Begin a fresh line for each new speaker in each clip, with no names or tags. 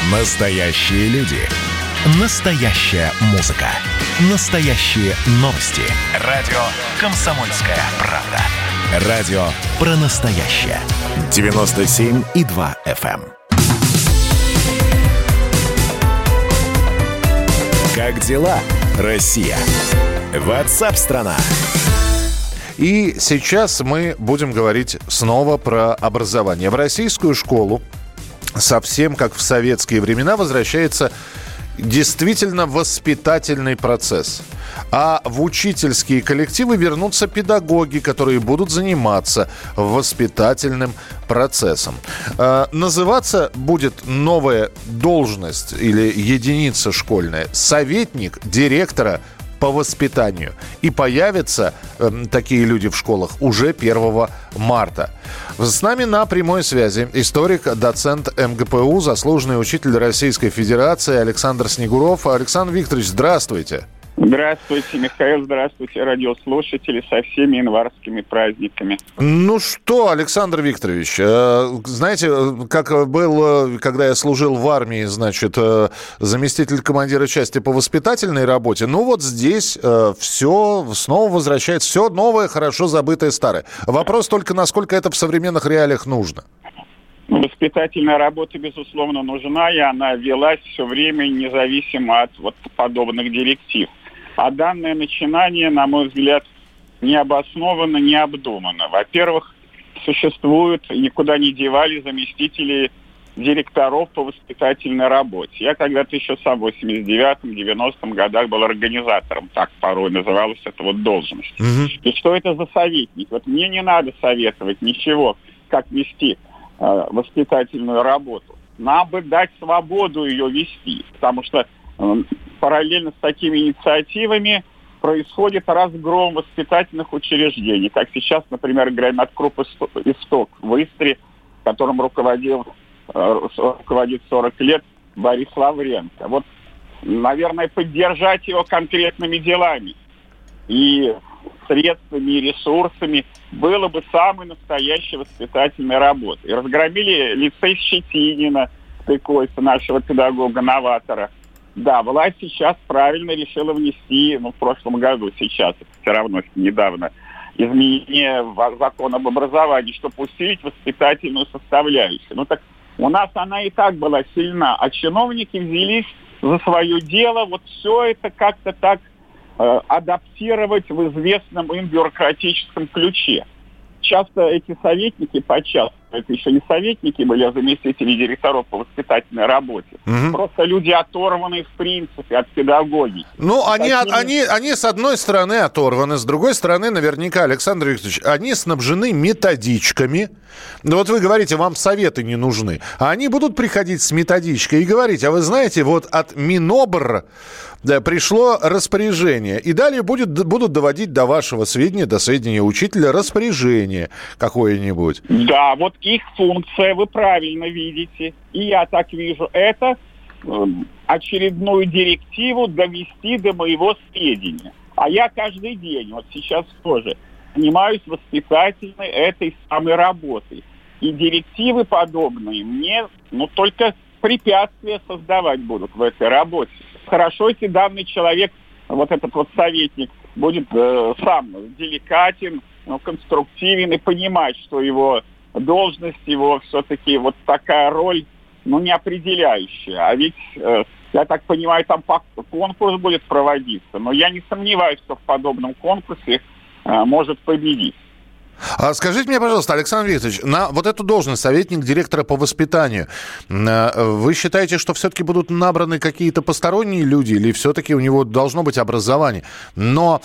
Настоящие люди. Настоящая музыка. Настоящие новости. Радио «Комсомольская правда». Радио про настоящее. 97,2 FM. Как дела, Россия? WhatsApp-страна.
И сейчас мы будем говорить снова про образование. В российскую школу совсем как в советские времена возвращается действительно воспитательный процесс. А в учительские коллективы вернутся педагоги, которые будут заниматься воспитательным процессом. Называться будет новая должность или единица школьная советник директора по воспитанию. И появятся такие люди в школах уже 1 марта. С нами на прямой связи историк, доцент МГПУ, заслуженный учитель Российской Федерации Александр Снегуров. Александр Викторович, здравствуйте.
Здравствуйте, Михаил, здравствуйте, радиослушатели, со всеми январскими праздниками.
Ну что, Александр Викторович, знаете, как был, когда я служил в армии, значит, заместитель командира части по воспитательной работе, ну вот здесь все снова возвращается, все новое, хорошо забытое старое. Вопрос только, насколько это в современных реалиях нужно.
Воспитательная работа, безусловно, нужна, и она велась все время независимо от подобных директив. А данное начинание, на мой взгляд, необоснованно, необдуманно. Во-первых, существуют, никуда не девали заместители директоров по воспитательной работе. Я когда-то еще сам в 89-м, 90-м годах был организатором, так порой называлась эта должность. И что это за советник? Мне не надо советовать ничего, как вести воспитательную работу. Нам бы дать свободу ее вести, потому что параллельно с такими инициативами происходит разгром воспитательных учреждений. Как сейчас, например, Гранат-Круп «Исток» в Истре, которым руководит 40 лет Борис Лавренко. Наверное, поддержать его конкретными делами и средствами, и ресурсами было бы самой настоящей воспитательной работой. И разгромили лицей Щетинина, Тыкойса, нашего педагога-новатора. Да, власть сейчас правильно решила внести, в прошлом году, сейчас, все равно недавно, изменение в закон об образовании, чтобы усилить воспитательную составляющую. Так у нас она и так была сильна, а чиновники взялись за свое дело, все это как-то так адаптировать в известном им бюрократическом ключе. Часто эти советники, это еще не советники были, а заместители директоров по воспитательной работе. Просто люди, оторванные, в принципе, от педагогики.
Они с одной стороны оторваны, с другой стороны, наверняка, Александр Викторович, они снабжены методичками. Вы говорите, вам советы не нужны. А они будут приходить с методичкой и говорить, а вы знаете, от Минобр пришло распоряжение. И далее будут доводить до вашего сведения, до сведения учителя распоряжение какое-нибудь.
Да, их функция, вы правильно видите. И я так вижу, это очередную директиву довести до моего сведения. А я каждый день, сейчас тоже, занимаюсь воспитательной этой самой работой. И директивы подобные мне, только препятствия создавать будут в этой работе. Хорошо, если данный человек, этот советник, будет сам деликатен, конструктивен и понимать, что его должность, его все-таки такая роль, не определяющая. А ведь, я так понимаю, там конкурс будет проводиться, но я не сомневаюсь, что в подобном конкурсе может победить.
Скажите мне, пожалуйста, Александр Викторович, на эту должность советник директора по воспитанию, вы считаете, что все-таки будут набраны какие-то посторонние люди или все-таки у него должно быть образование? Но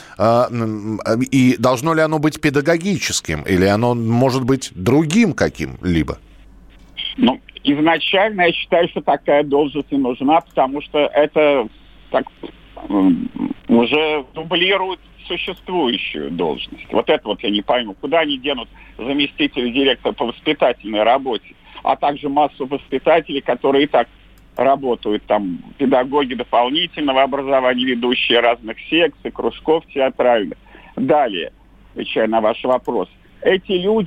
и должно ли оно быть педагогическим или оно может быть другим каким-либо?
Изначально я считаю, что такая должность не нужна, потому что это уже дублирует существующую должность. Это я не пойму, куда они денут заместителя директора по воспитательной работе, а также массу воспитателей, которые и так работают, педагоги дополнительного образования, ведущие разных секций, кружков театральных. Далее, отвечая на ваш вопрос, эти люди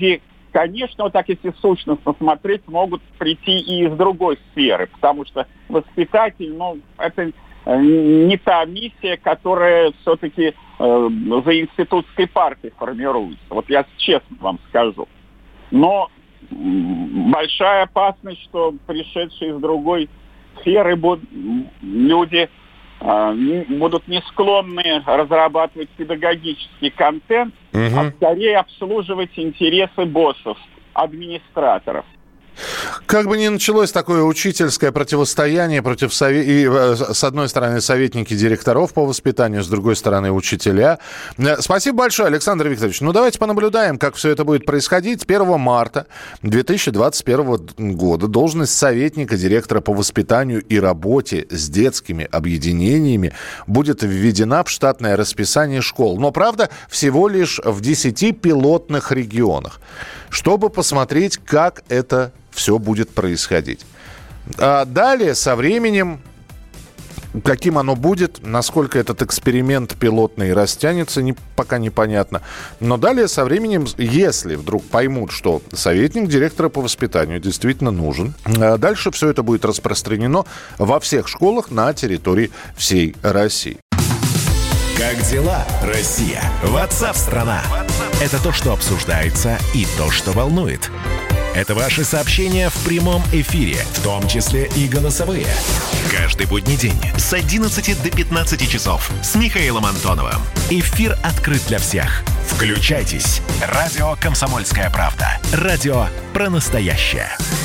конечно, вот так, если сущностно смотреть, могут прийти и из другой сферы, потому что воспитатель, это не та миссия, которая все-таки за институтской партией формируется. Вот я честно вам скажу. Но большая опасность, что пришедшие из другой сферы люди будут не склонны разрабатывать педагогический контент, а скорее обслуживать интересы боссов, администраторов.
Как бы ни началось такое учительское противостояние против с одной стороны советники директоров по воспитанию, с другой стороны учителя. Спасибо большое, Александр Викторович. Давайте понаблюдаем, как все это будет происходить. 1 марта 2021 года должность советника директора по воспитанию и работе с детскими объединениями будет введена в штатное расписание школ. Но, правда, всего лишь в 10 пилотных регионах, чтобы посмотреть, как это все будет происходить. А далее, со временем, каким оно будет, насколько этот эксперимент пилотный растянется, пока непонятно. Но далее, со временем, если вдруг поймут, что советник директора по воспитанию действительно нужен, дальше все это будет распространено во всех школах на территории всей России.
Как дела, Россия? WhatsApp-страна! Это то, что обсуждается, и то, что волнует. Это ваши сообщения в прямом эфире, в том числе и голосовые. Каждый будний день с 11 до 15 часов с Михаилом Антоновым. Эфир открыт для всех. Включайтесь. Радио «Комсомольская правда». Радио про настоящее.